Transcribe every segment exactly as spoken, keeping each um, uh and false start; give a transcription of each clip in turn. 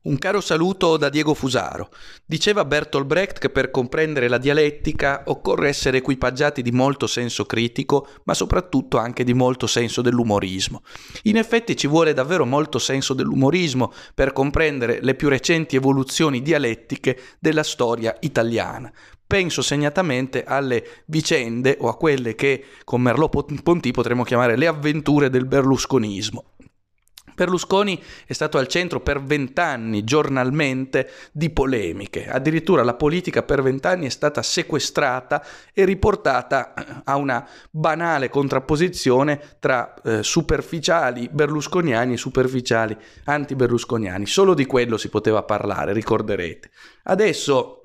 Un caro saluto da Diego Fusaro. Diceva Bertolt Brecht che per comprendere la dialettica occorre essere equipaggiati di molto senso critico, ma soprattutto anche di molto senso dell'umorismo. In effetti ci vuole davvero molto senso dell'umorismo per comprendere le più recenti evoluzioni dialettiche della storia italiana. Penso segnatamente alle vicende o a quelle che con Merleau-Ponty potremmo chiamare le avventure del berlusconismo. Berlusconi è stato al centro per vent'anni, giornalmente, di polemiche. Addirittura la politica per vent'anni è stata sequestrata e riportata a una banale contrapposizione tra eh, superficiali berlusconiani e superficiali anti-berlusconiani. Solo di quello si poteva parlare, ricorderete. Adesso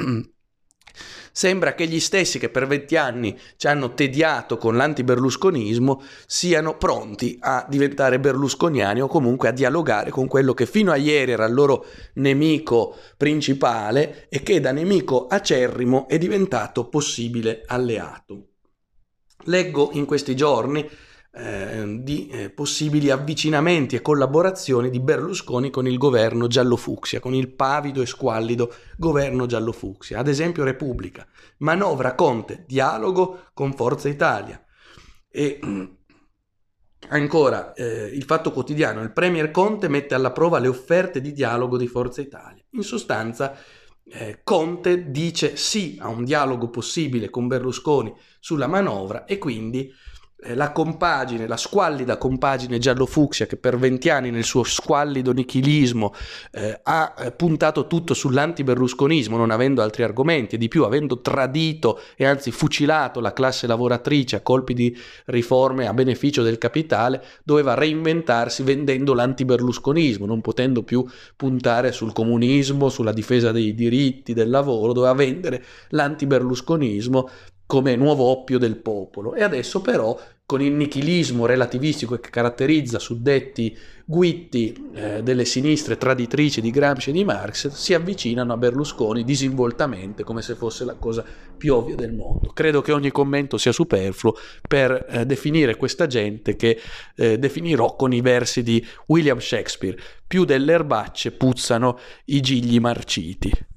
sembra che gli stessi che per venti anni ci hanno tediato con l'antiberlusconismo siano pronti a diventare berlusconiani o comunque a dialogare con quello che fino a ieri era il loro nemico principale e che da nemico acerrimo è diventato possibile alleato. Leggo in questi giorni Eh, di eh, possibili avvicinamenti e collaborazioni di Berlusconi con il governo giallo-fucsia, con il pavido e squallido governo giallo-fucsia. Ad esempio Repubblica, manovra Conte, dialogo con Forza Italia. E ancora eh, il Fatto Quotidiano, il premier Conte mette alla prova le offerte di dialogo di Forza Italia. In sostanza eh, Conte dice sì a un dialogo possibile con Berlusconi sulla manovra e quindi la compagine, la squallida compagine giallo-fucsia che per venti anni nel suo squallido nichilismo eh, ha eh, puntato tutto sull'antiberlusconismo, non avendo altri argomenti e di più avendo tradito e anzi fucilato la classe lavoratrice a colpi di riforme a beneficio del capitale, doveva reinventarsi vendendo l'antiberlusconismo, non potendo più puntare sul comunismo, sulla difesa dei diritti del lavoro, doveva vendere l'antiberlusconismo come nuovo oppio del popolo. E adesso però con il nichilismo relativistico che caratterizza suddetti guitti eh, delle sinistre traditrici di Gramsci e di Marx si avvicinano a Berlusconi disinvoltamente come se fosse la cosa più ovvia del mondo. Credo che ogni commento sia superfluo per eh, definire questa gente che eh, definirò con i versi di William Shakespeare: più delle erbacce puzzano i gigli marciti.